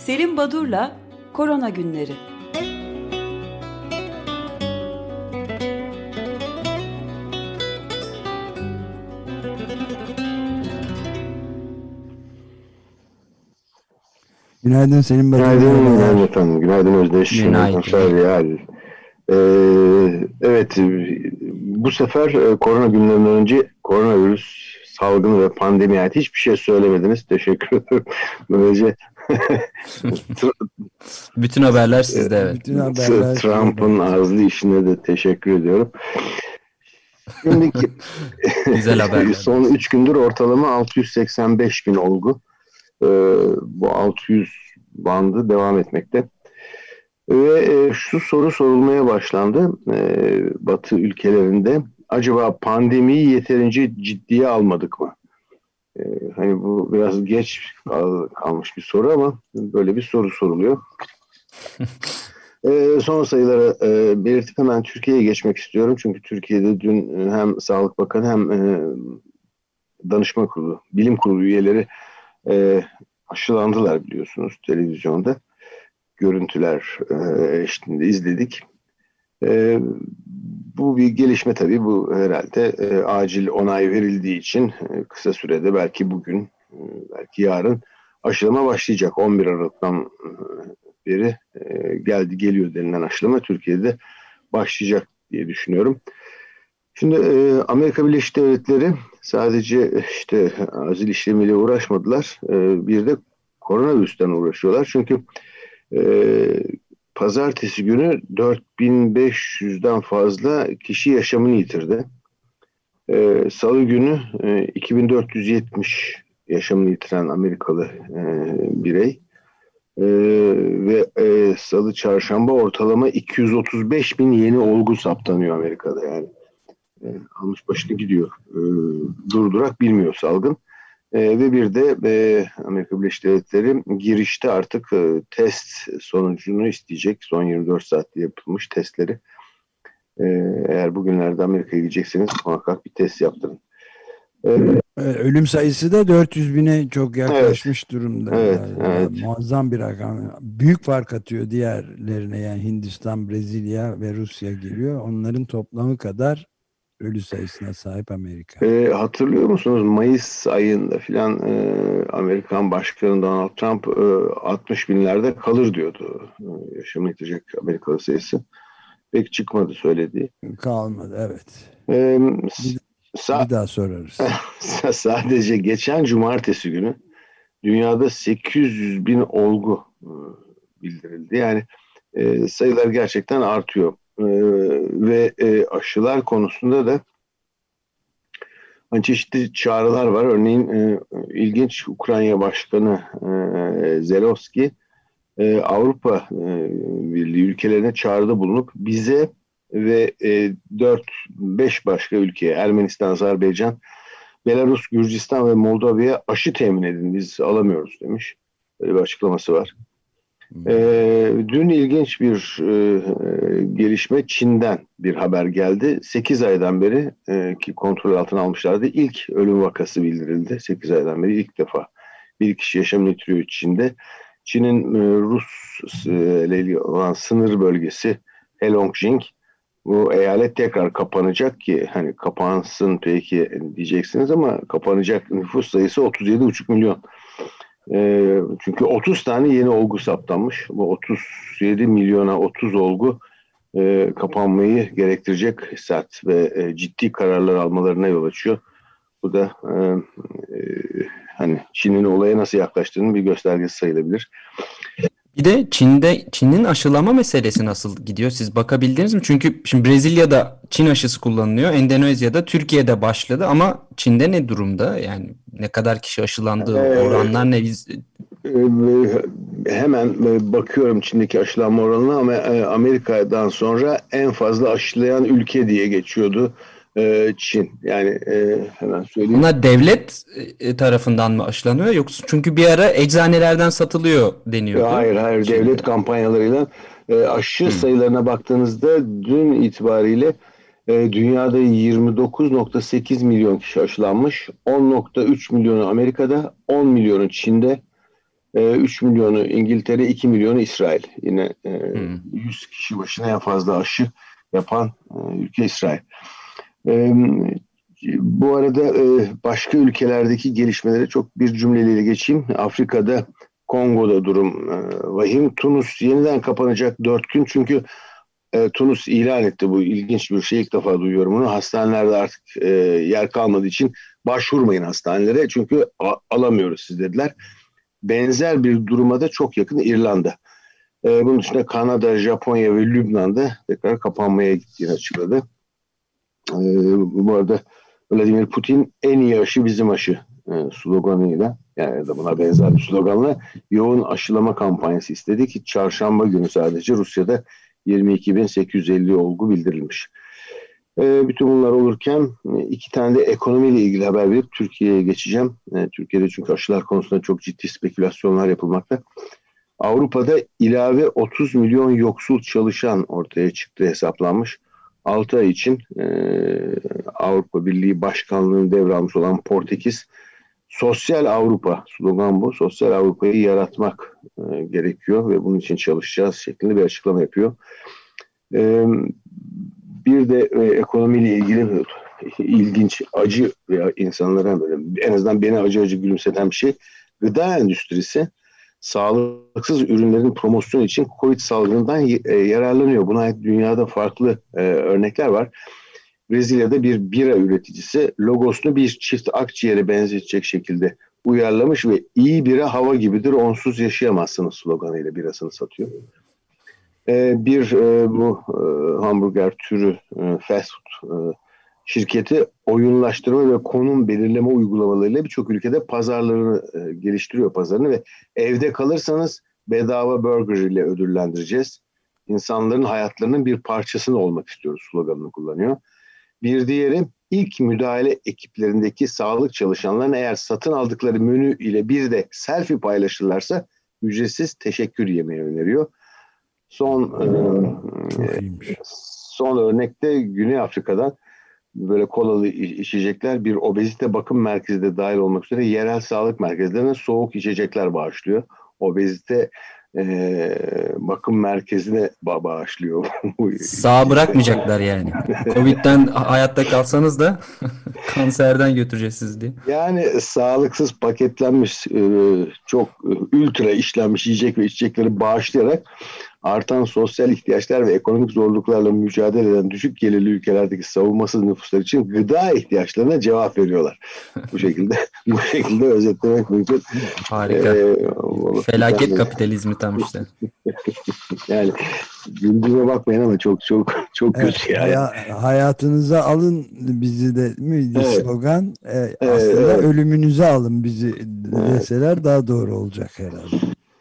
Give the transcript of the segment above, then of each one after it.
Selim Badur'la Korona Günleri. Günaydın Selim Badur. Günaydın efendim. Günaydın Özdeş. Günaydın. Evet, bu sefer korona günlerinden önce koronavirüs salgını ve pandemi ait hiçbir şey söylemediniz. Teşekkür ederim. Böylece bütün haberler sizde, evet. Bütün haberler Trump'ın ağızlı işine de teşekkür ediyorum. Şimdiki güzel haberler. Son 3 gündür ortalama 685 bin olgu. Bu 600 bandı devam etmekte. Ve şu soru sorulmaya başlandı Batı ülkelerinde. Acaba pandemiyi yeterince ciddiye almadık mı? Hani bu biraz geç kalmış bir soru ama böyle bir soru soruluyor. Son sayılara belirtip hemen Türkiye'ye geçmek istiyorum. Çünkü Türkiye'de dün hem Sağlık Bakanı hem Danışma Kurulu, Bilim Kurulu üyeleri aşılandılar biliyorsunuz televizyonda. Görüntüler eşliğinde izledik. Bu bir gelişme tabii. Bu herhalde acil onay verildiği için kısa sürede belki bugün, belki yarın aşılama başlayacak. 11 Aralık'tan beri geliyor denilen aşılama Türkiye'de başlayacak diye düşünüyorum. Şimdi Amerika Birleşik Devletleri sadece işte azil işlemiyle uğraşmadılar. Bir de koronavirüsten uğraşıyorlar. Çünkü pazartesi günü 4500'den fazla kişi yaşamını yitirdi. Salı günü 2470 yaşamını yitiren Amerikalı birey. Ve salı çarşamba ortalama 235 bin yeni olgu saptanıyor Amerika'da yani. Almış başını gidiyor. Durdurak bilmiyor salgın. Ve bir de Amerika Birleşik Devletleri girişte artık test sonucunu isteyecek. Son 24 saatte yapılmış testleri. Eğer bugünlerde Amerika'ya gidecekseniz muhakkak bir test yaptırın. Ölüm sayısı da 400 bine çok yaklaşmış durumda. Evet. Muazzam bir rakam. Büyük fark atıyor diğerlerine, yani Hindistan, Brezilya ve Rusya geliyor. Onların toplamı kadar ölü sayısına sahip Amerika. Hatırlıyor musunuz? Mayıs ayında filan Amerikan Başkanı Donald Trump 60 binlerde kalır diyordu. Yaşamını yitirecek Amerikalı sayısı. Pek çıkmadı söylediği. Kalmadı, evet. Bir daha sorarız. Sadece geçen cumartesi günü dünyada 800 bin olgu bildirildi. Yani sayılar gerçekten artıyor. Ve aşılar konusunda da çeşitli çağrılar var. Örneğin ilginç, Ukrayna Başkanı Zelensky Avrupa Birliği ülkelerine çağrıda bulunup bize ve 4-5 başka ülkeye, Ermenistan, Azerbaycan, Belarus, Gürcistan ve Moldova'ya aşı temin edin, biz alamıyoruz demiş. Böyle bir açıklaması var. Dün ilginç bir gelişme, Çin'den bir haber geldi. 8 aydan beri ki kontrol altına almışlardı. İlk ölüm vakası bildirildi. 8 aydan beri ilk defa bir kişi yaşamını yitiriyor Çin'de. Çin'in Rus ile olan sınır bölgesi Heilongjiang, bu eyalet tekrar kapanacak ki hani kapansın peki diyeceksiniz ama kapanacak nüfus sayısı 37,5 milyon. Çünkü 30 tane yeni olgu saptanmış. Bu 37 milyona 30 olgu kapanmayı gerektirecek sert ve ciddi kararlar almalarına yol açıyor. Bu da hani Çin'in olaya nasıl yaklaştığının bir göstergesi sayılabilir. Bir de Çin'in aşılama meselesi nasıl gidiyor? Siz bakabildiniz mi? Çünkü şimdi Brezilya'da Çin aşısı kullanılıyor. Endonezya'da, Türkiye'de başladı ama Çin'de ne durumda? Yani ne kadar kişi aşılandı? Oranlar ne? Hemen bakıyorum Çin'deki aşılanma oranına ama Amerika'dan sonra en fazla aşılayan ülke diye geçiyordu Çin. Yani hemen söyleyeyim. Bunlar devlet tarafından mı aşılanıyor yoksa çünkü bir ara eczanelerden satılıyor deniyordu. Hayır, devlet kampanyalarıyla aşı sayılarına baktığınızda dün itibariyle dünyada 29,8 milyon kişi aşılanmış. 10,3 milyonu Amerika'da, 10 milyonu Çin'de. 3 milyonu İngiltere, 2 milyonu İsrail. Yine 100 kişi başına en fazla aşı yapan ülke İsrail. Bu arada başka ülkelerdeki gelişmelere çok bir cümleyle geçeyim. Afrika'da, Kongo'da durum vahim. Tunus yeniden kapanacak 4 gün çünkü Tunus ilan etti, bu ilginç bir şey, ilk defa duyuyorum bunu. Hastanelerde artık yer kalmadığı için başvurmayın hastanelere çünkü alamıyoruz siz dediler. Benzer bir duruma da çok yakın İrlanda. Bunun dışında Kanada, Japonya ve Lübnan'da tekrar kapanmaya gittiğini açıkladı. Bu arada Vladimir Putin en iyi aşı bizim aşı sloganıyla, yani da buna benzer bir sloganla yoğun aşılama kampanyası istedi ki çarşamba günü sadece Rusya'da 22.850 olgu bildirilmiş. Bütün bunlar olurken 2 tane de ekonomiyle ilgili haber verip Türkiye'ye geçeceğim. Türkiye'de çünkü aşılar konusunda çok ciddi spekülasyonlar yapılmakta. Avrupa'da ilave 30 milyon yoksul çalışan ortaya çıktı, hesaplanmış. 6 ay için Avrupa Birliği Başkanlığı'nı devralmış olan Portekiz, Sosyal Avrupa, slogan bu, Sosyal Avrupa'yı yaratmak gerekiyor ve bunun için çalışacağız şeklinde bir açıklama yapıyor. Bir de ekonomiyle ilgili ilginç, acı veya insanlara böyle en azından beni acı gülümseten bir şey. Gıda endüstrisi sağlıksız ürünlerin promosyonu için Covid salgınından yararlanıyor. Buna ait dünyada farklı örnekler var. Brezilya'da bir bira üreticisi logosunu bir çift akciğere benzetecek şekilde uyarlamış ve iyi bira hava gibidir, onsuz yaşayamazsınız sloganıyla birasını satıyor. Bu hamburger türü fast food şirketi oyunlaştırma ve konum belirleme uygulamalarıyla birçok ülkede pazarlarını geliştiriyor, pazarını, ve evde kalırsanız bedava burger ile ödüllendireceğiz. İnsanların hayatlarının bir parçasını olmak istiyoruz sloganını kullanıyor. Bir diğeri, ilk müdahale ekiplerindeki sağlık çalışanlarına eğer satın aldıkları menü ile bir de selfie paylaşırlarsa ücretsiz teşekkür yemeği öneriyor. Son örnekte Güney Afrika'dan böyle kolalı içecekler, bir obezite bakım merkezi de dahil olmak üzere yerel sağlık merkezlerine soğuk içecekler bağışlıyor. Obezite bakım merkezine bağışlıyor. Sağ bırakmayacaklar yani. Covid'den hayatta kalsanız da kanserden götüreceğiz siz diye. Yani sağlıksız paketlenmiş, çok ultra işlenmiş yiyecek ve içecekleri bağışlayarak artan sosyal ihtiyaçlar ve ekonomik zorluklarla mücadele eden düşük gelirli ülkelerdeki savunmasız nüfuslar için gıda ihtiyaçlarına cevap veriyorlar. Bu şekilde özetlemek mümkün. Harika. Felaket kapitalizmi tam işte. Yani güldüğüme bakmayın ama çok kötü yani. Hayatınıza alın bizi de slogan. Aslında ölümünüze alın bizi deseler daha doğru olacak herhalde.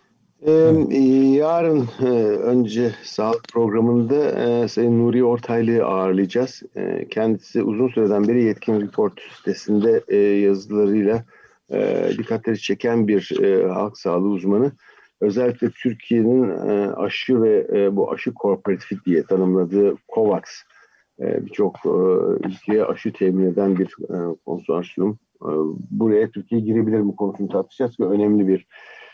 Yarın önce sağlık programında Sayın Nuri Ortaylı'yı ağırlayacağız. Kendisi uzun süreden beri Yetkin Report sitesinde yazılarıyla dikkatleri çeken bir halk sağlığı uzmanı. Özellikle Türkiye'nin aşı ve bu aşı kooperatifi diye tanımladığı COVAX, birçok ülkeye aşı temin eden bir konsorsiyum. Buraya Türkiye girebilir mi konusunu tartışacağız ki önemli bir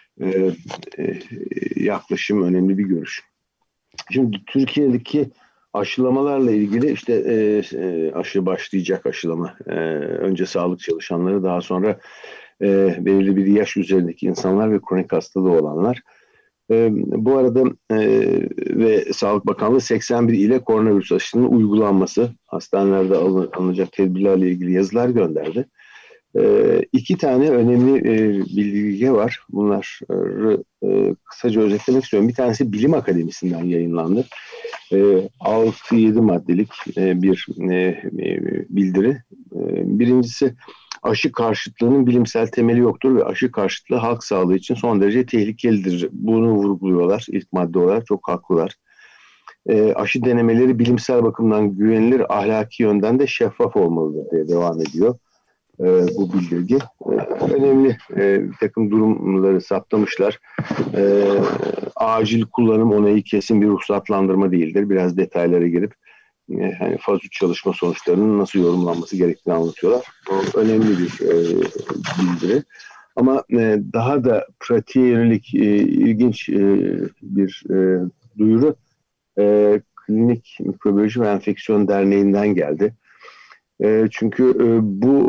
yaklaşım, önemli bir görüş. Şimdi Türkiye'deki aşılamalarla ilgili işte aşı başlayacak, aşılama. Önce sağlık çalışanları, daha sonra belirli bir yaş üzerindeki insanlar ve kronik hastalığı olanlar. Bu arada ve Sağlık Bakanlığı 81 ile koronavirüs aşısının uygulanması, hastanelerde alınacak tedbirlerle ilgili yazılar gönderdi. 2 tane önemli bildirge var. Bunları kısaca özetlemek istiyorum. Bir tanesi Bilim Akademisi'nden yayınlandı. 6-7 maddelik bir bildiri. Birincisi, aşı karşıtlığının bilimsel temeli yoktur ve aşı karşıtlığı halk sağlığı için son derece tehlikelidir. Bunu vurguluyorlar ilk madde olarak, çok haklılar. Aşı denemeleri bilimsel bakımdan güvenilir, ahlaki yönden de şeffaf olmalıdır diye devam ediyor. Bu bildirge önemli bir takım durumları saptamışlar. Acil kullanım onayı kesin bir ruhsatlandırma değildir. Biraz detaylara girip hani faz 3 çalışma sonuçlarının nasıl yorumlanması gerektiğini anlatıyorlar. O önemli bir bildiri. Ama daha da pratiğe yönelik ilginç bir duyuru Klinik Mikrobiyoloji ve Enfeksiyon Derneği'nden geldi. Çünkü bu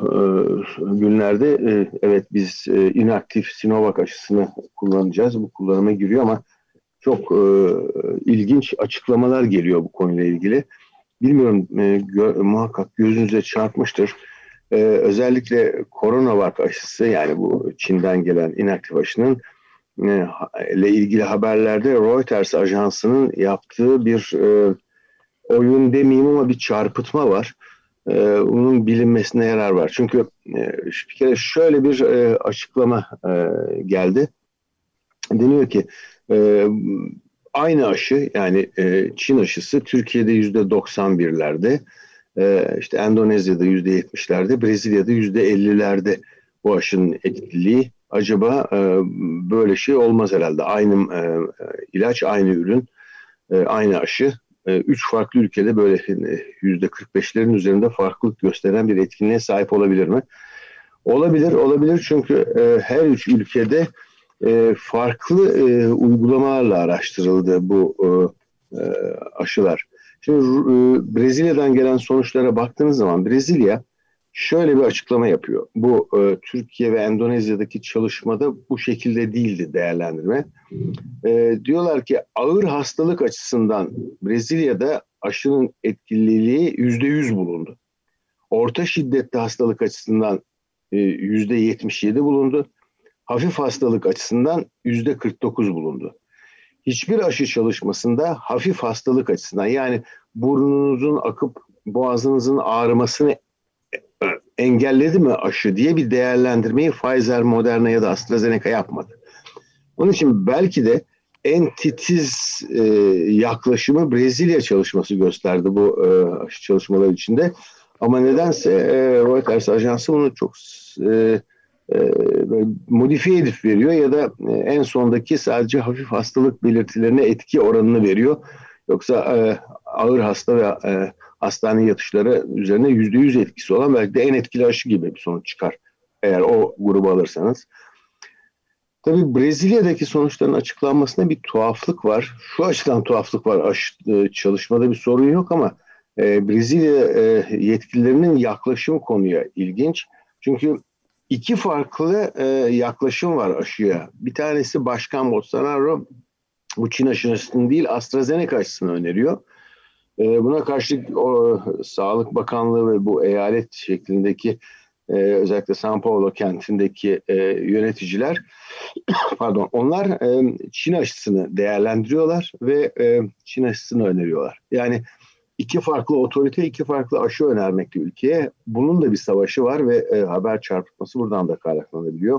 günlerde evet biz inaktif Sinovac aşısını kullanacağız. Bu kullanıma giriyor ama çok ilginç açıklamalar geliyor bu konuyla ilgili. Bilmiyorum, muhakkak gözünüze çarpmıştır. Özellikle CoronaVac aşısı, yani bu Çin'den gelen inaktif aşının ile ilgili haberlerde Reuters ajansının yaptığı bir oyun demeyeyim ama bir çarpıtma var. Bunun bilinmesine yarar var. Çünkü bir kere şöyle bir açıklama geldi. Deniyor ki aynı aşı, yani Çin aşısı Türkiye'de %91'lerde, işte Endonezya'da %70'lerde, Brezilya'da %50'lerde bu aşının etkililiği. Acaba böyle şey olmaz herhalde. Aynı ilaç, aynı ürün, aynı aşı. 3 farklı ülkede böyle %45'lerin üzerinde farklılık gösteren bir etkinliğe sahip olabilir mi? Olabilir çünkü her 3 ülkede farklı uygulamalarla araştırıldı bu aşılar. Şimdi Brezilya'dan gelen sonuçlara baktığınız zaman Brezilya şöyle bir açıklama yapıyor. Bu Türkiye ve Endonezya'daki çalışmada bu şekilde değildi değerlendirme. Diyorlar ki ağır hastalık açısından Brezilya'da aşının etkililiği %100 bulundu. Orta şiddetli hastalık açısından %77 bulundu. Hafif hastalık açısından %49 bulundu. Hiçbir aşı çalışmasında hafif hastalık açısından, yani burnunuzun akıp boğazınızın ağrımasını engelledi mi aşı diye bir değerlendirmeyi Pfizer, Moderna ya da AstraZeneca yapmadı. Onun için belki de en titiz yaklaşımı Brezilya çalışması gösterdi bu aşı çalışmaları içinde. Ama nedense Reuters ajansı bunu çok modifiye edip veriyor ya da en sondaki sadece hafif hastalık belirtilerine etki oranını veriyor. Yoksa ağır hasta ve hastane yatışları üzerine %100 etkisi olan belki de en etkili aşı gibi bir sonuç çıkar eğer o grubu alırsanız. Tabii Brezilya'daki sonuçların açıklanmasında bir tuhaflık var. Şu açıdan tuhaflık var. Aşı çalışmada bir sorun yok ama Brezilya yetkililerinin yaklaşımı konuya ilginç. Çünkü iki farklı yaklaşım var aşıya. Bir tanesi Başkan Bolsonaro bu Çin aşısını değil AstraZeneca aşısını öneriyor. Buna karşılık Sağlık Bakanlığı ve bu eyalet şeklindeki özellikle São Paulo kentindeki yöneticiler onlar Çin aşısını değerlendiriyorlar ve Çin aşısını öneriyorlar. Yani iki farklı otorite, iki farklı aşı önermekte ülkeye. Bunun da bir savaşı var ve haber çarpıtması buradan da kaynaklanabiliyor.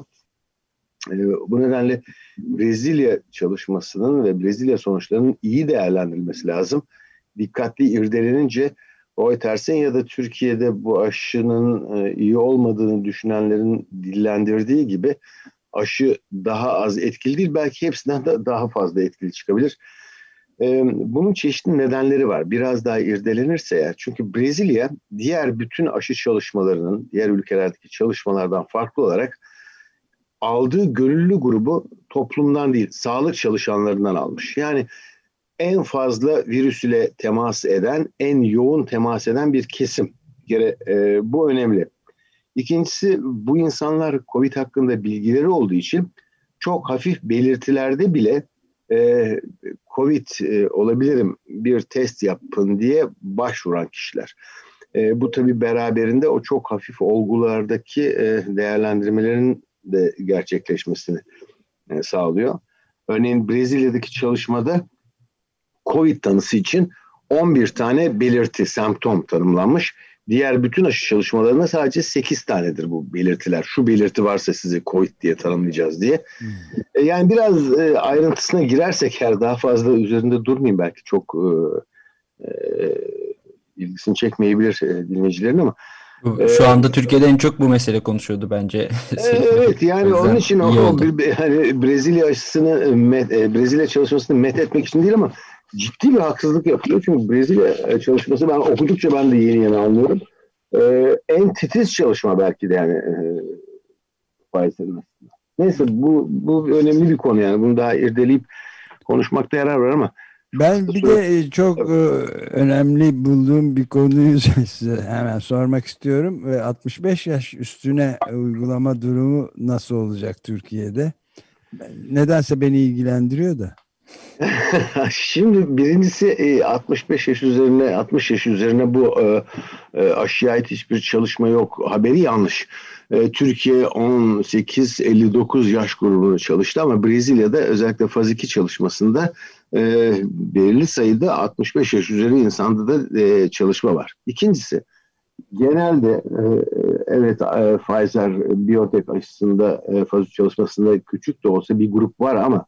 Bu nedenle Brezilya çalışmasının ve Brezilya sonuçlarının iyi değerlendirilmesi lazım. Dikkatli irdelenince Reuters'in ya da Türkiye'de bu aşının iyi olmadığını düşünenlerin dillendirdiği gibi aşı daha az etkili değil, belki hepsinden de daha fazla etkili çıkabilir. Bunun çeşitli nedenleri var. Biraz daha irdelenirse eğer. Çünkü Brezilya diğer bütün aşı çalışmalarının, diğer ülkelerdeki çalışmalardan farklı olarak aldığı gönüllü grubu toplumdan değil, sağlık çalışanlarından almış. Yani en fazla virüs ile temas eden, en yoğun temas eden bir kesim. Bu önemli. İkincisi, bu insanlar COVID hakkında bilgileri olduğu için çok hafif belirtilerde bile COVID olabilirim, bir test yapın diye başvuran kişiler. Bu tabii beraberinde o çok hafif olgulardaki değerlendirmelerin de gerçekleşmesini sağlıyor. Örneğin Brezilya'daki çalışmada COVID tanısı için 11 tane belirti, semptom tanımlanmış. Diğer bütün aşı çalışmalarında sadece 8 tanedir bu belirtiler. Şu belirti varsa size COVID diye tanımlayacağız diye. Yani biraz ayrıntısına girersek eğer, daha fazla üzerinde durmayayım, belki çok ilgisini çekmeyebilir dinleyicilerin ama. Şu anda Türkiye'de en çok bu mesele konuşuyordu bence. Evet, yani onun için hani Brezilya aşısını, Brezilya çalışmasını methetmek için değil ama ciddi bir haksızlık yapılıyor. Çünkü Brezilya çalışması, ben okudukça ben de yeni anlıyorum. En titiz çalışma belki de, yani Pfizer'in aslında. Neyse bu önemli bir konu yani. Bunu daha irdeleyip konuşmakta yarar var ama ben bir de çok önemli bulduğum bir konuyu size hemen sormak istiyorum. Ve 65 yaş üstüne uygulama durumu nasıl olacak Türkiye'de? Nedense beni ilgilendiriyor da. Şimdi birincisi 65 yaş üzerine 60 yaş üzerine bu aşıya ait hiçbir çalışma yok. Haberi yanlış. Türkiye 18-59 yaş grubunu çalıştı ama Brezilya'da özellikle faz 2 çalışmasında belirli sayıda 65 yaş üzeri insanda da çalışma var. İkincisi genelde evet Pfizer Biontech aşısında faz 3 çalışmasında küçük de olsa bir grup var ama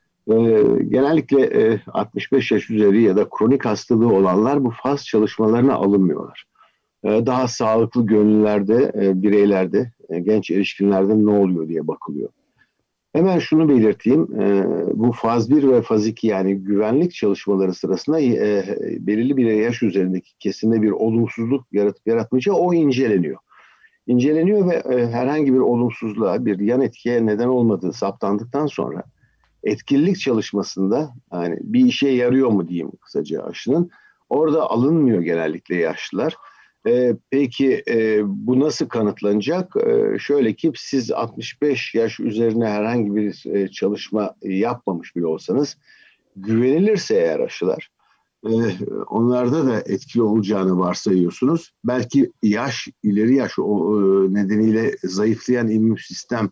genellikle 65 yaş üzeri ya da kronik hastalığı olanlar bu faz çalışmalarına alınmıyorlar. Daha sağlıklı gönüllerde, bireylerde, genç erişkinlerde ne oluyor diye bakılıyor. Hemen şunu belirteyim, bu faz 1 ve faz 2 yani güvenlik çalışmaları sırasında belirli bir yaş üzerindeki kesimde bir olumsuzluk yaratıp yaratmayacağı o inceleniyor. İnceleniyor ve herhangi bir olumsuzluğa, bir yan etkiye neden olmadığı saptandıktan sonra etkililik çalışmasında yani bir işe yarıyor mu diyeyim kısaca aşının orada alınmıyor genellikle yaşlılar. Peki bu nasıl kanıtlanacak? Şöyle ki siz 65 yaş üzerine herhangi bir çalışma yapmamış bile olsanız güvenilirse eğer aşılar onlarda da etkili olacağını varsayıyorsunuz. Belki ileri yaş nedeniyle zayıflayan immün sistem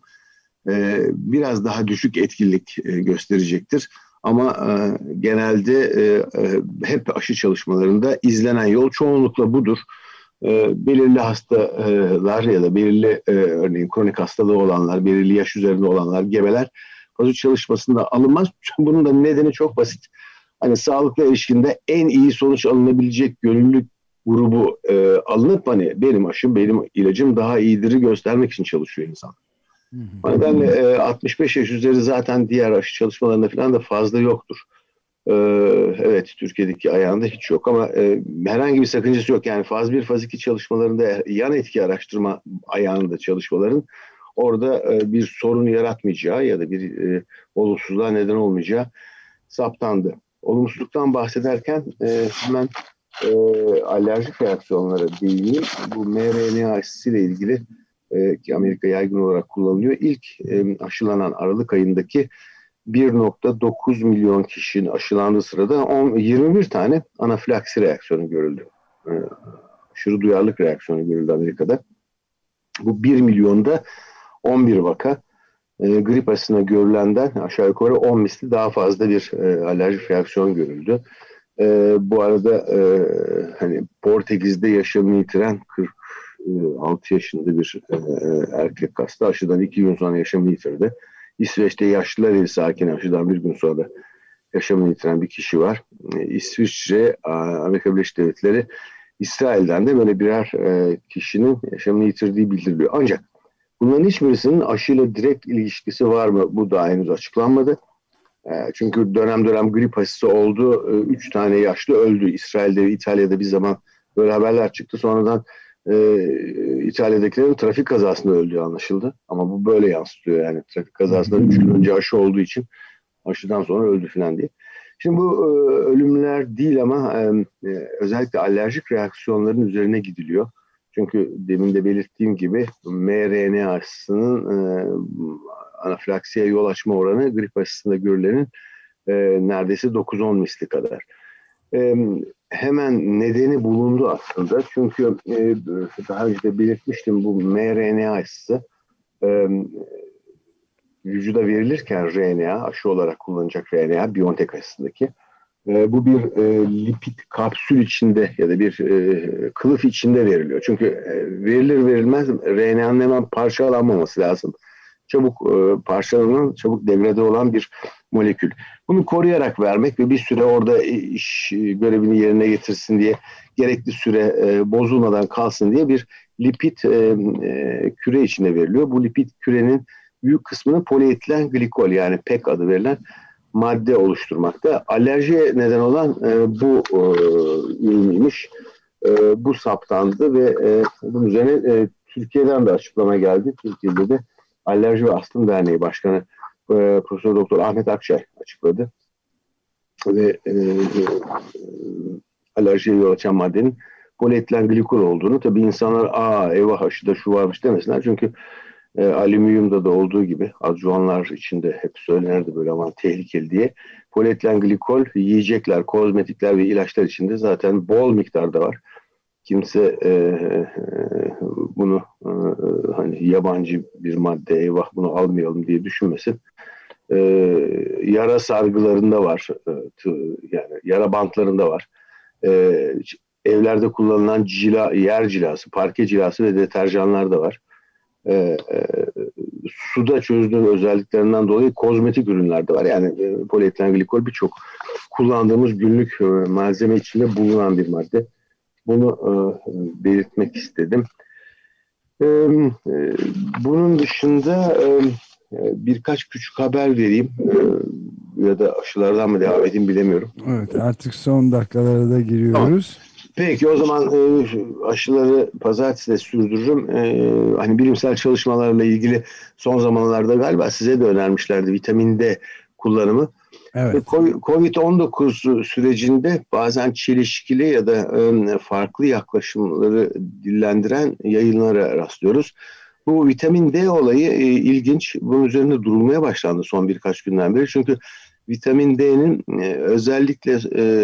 biraz daha düşük etkinlik gösterecektir. Ama genelde hep aşı çalışmalarında izlenen yol çoğunlukla budur. Belirli hastalar ya da belirli örneğin kronik hastalığı olanlar, belirli yaş üzerinde olanlar, gebeler faz 3 çalışmasında alınmaz. Bunun da nedeni çok basit. Hani sağlıklı erişkinde en iyi sonuç alınabilecek gönüllülük grubu alınıp hani benim aşım, benim ilacım daha iyidir'i göstermek için çalışıyor insan. O nedenle 65 yaş üzeri zaten diğer aşı çalışmalarında falan da fazla yoktur. Evet Türkiye'deki ayağında hiç yok ama herhangi bir sakıncası yok. Yani faz 1, faz 2 çalışmalarında yan etki araştırma ayağında çalışmaların orada bir sorun yaratmayacağı ya da bir olumsuzluğa neden olmayacağı saptandı. Olumsuzluktan bahsederken hemen alerjik reaksiyonlara değineyim. Bu mRNA aşısıyla ilgili ki Amerika yaygın olarak kullanılıyor. İlk aşılanan Aralık ayındaki 1,9 milyon kişinin aşılandığı sırada 21 tane anafilaksi reaksiyonu görüldü. Aşırı duyarlılık reaksiyonu görüldü Amerika'da. Bu 1 milyonda 11 vaka. Grip aşısına görülenden aşağı yukarı 10 misli daha fazla bir alerjik reaksiyon görüldü. Bu arada hani Portekiz'de yaşamını yitiren 46 yaşında bir erkek hasta aşıdan 2 gün sonra yaşamını yitirdi. İsveç'te yaşlılar evi sakini aşıdan 1 gün sonra yaşamını yitiren bir kişi var. İsviçre, Amerika Birleşik Devletleri, İsrail'den de böyle birer kişinin yaşamını yitirdiği bildiriliyor. Ancak bunların hiçbirisinin aşıyla direkt ilişkisi var mı? Bu da henüz açıklanmadı. Çünkü dönem dönem grip aşısı oldu. 3 tane yaşlı öldü. İsrail'de ve İtalya'da bir zaman böyle haberler çıktı. Sonradan İtalya'dakilerin trafik kazasında öldüğü anlaşıldı. Ama bu böyle yansıtılıyor yani. Trafik kazasından 3 gün önce aşı olduğu için aşıdan sonra öldü falan diye. Şimdi bu ölümler değil ama özellikle alerjik reaksiyonların üzerine gidiliyor. Çünkü demin de belirttiğim gibi mRNA aşısının anafilaksiye yol açma oranı grip aşısında görülenin neredeyse 9-10 misli kadar. Hemen nedeni bulundu aslında. Çünkü daha önce de belirtmiştim bu mRNA aşısı vücuda verilirken RNA, aşı olarak kullanacak RNA, Biontech aşısındaki bu bir lipid kapsül içinde ya da bir kılıf içinde veriliyor. Çünkü verilir verilmez RNA'nın hemen parçalanmaması lazım. Çabuk parçalanan, çabuk degrade olan bir molekül. Bunu koruyarak vermek ve bir süre orada iş görevini yerine getirsin diye gerekli süre bozulmadan kalsın diye bir lipid küre içine veriliyor. Bu lipid kürenin büyük kısmını polietilen glikol yani PEG adı verilen madde oluşturmakta. Alerjiye neden olan bu ürünüymüş. Bu saptandı ve bunun üzerine Türkiye'den de açıklama geldi. Türkiye'de de Alerji ve Astım Derneği Başkanı Profesör Doktor Ahmet Akçay açıkladı. Ve alerjiye yol açan maddenin polietilen glikol olduğunu, tabii insanlar eyvah aşıda şu varmış demesinler. Çünkü alüminyumda da olduğu gibi adjuvanlar içinde hep söylenirdi böyle aman tehlikeli diye. Polietilen glikol yiyecekler, kozmetikler ve ilaçlar içinde zaten bol miktarda var. Kimse bunu hani yabancı bir madde, eyvah bunu almayalım diye düşünmesin. Yara sargılarında var, yani yara bantlarında var. Evlerde kullanılan yer cilası, parke cilası ve deterjanlarda var. Suda çözdüğü özelliklerinden dolayı kozmetik ürünlerde var. Yani polietilen glikol birçok kullandığımız günlük malzeme içinde bulunan bir madde. Bunu belirtmek istedim. Bunun dışında birkaç küçük haber vereyim. Ya da aşılardan mı devam edeyim bilemiyorum. Evet, artık son dakikalara da giriyoruz. Tamam. Peki o zaman aşıları pazartesi de sürdürürüm. Hani bilimsel çalışmalarla ilgili son zamanlarda galiba size de önermişlerdi vitamin D kullanımı. Evet. Covid-19 sürecinde bazen çelişkili ya da farklı yaklaşımları dillendiren yayınlara rastlıyoruz. Bu vitamin D olayı ilginç. Bunun üzerinde durulmaya başlandı son birkaç günden beri. Çünkü vitamin D'nin özellikle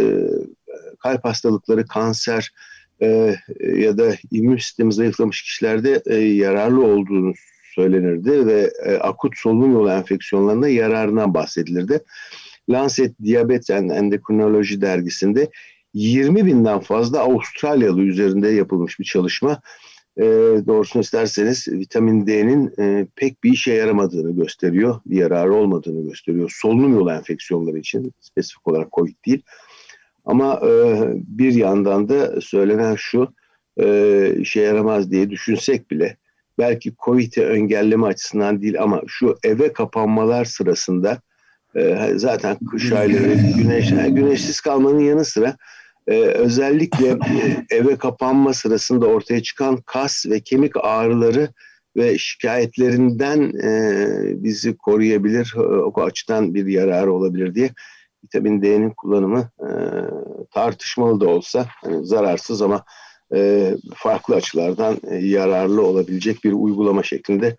kalp hastalıkları, kanser ya da immün sistemi zayıflamış kişilerde yararlı olduğunu söylenirdi ve akut solunum yolu enfeksiyonlarında yararından bahsedilirdi. Lancet Diabetes and Endokrinoloji dergisinde 20 binden fazla Avustralyalı üzerinde yapılmış bir çalışma. Doğrusunu isterseniz vitamin D'nin pek bir işe yaramadığını gösteriyor, bir yararı olmadığını gösteriyor. Solunum yolu enfeksiyonları için, spesifik olarak COVID değil. Ama bir yandan da söylenen şu, işe yaramaz diye düşünsek bile, belki COVID'i engelleme açısından değil ama şu eve kapanmalar sırasında zaten kış ayları, güneşsiz kalmanın yanı sıra özellikle eve kapanma sırasında ortaya çıkan kas ve kemik ağrıları ve şikayetlerinden bizi koruyabilir, o açıdan bir yararı olabilir diye vitamin D'nin kullanımı tartışmalı da olsa zararsız ama farklı açılardan yararlı olabilecek bir uygulama şeklinde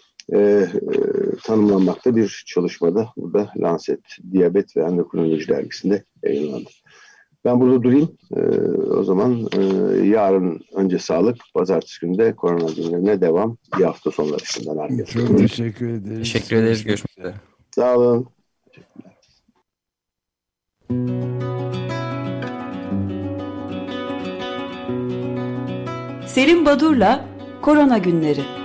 tanımlanmakta bir çalışmada. Burada Lancet Diyabet ve Endokrinoloji dergisinde yayınlandı. Ben burada durayım. O zaman yarın önce sağlık, pazartesi günü de korona günlerine devam. İyi hafta sonları şimdiden herkese. Çok teşekkür ederiz. Teşekkür ederiz. Görüşmek üzere. Sağ olun. Selim Badur'la Korona Günleri.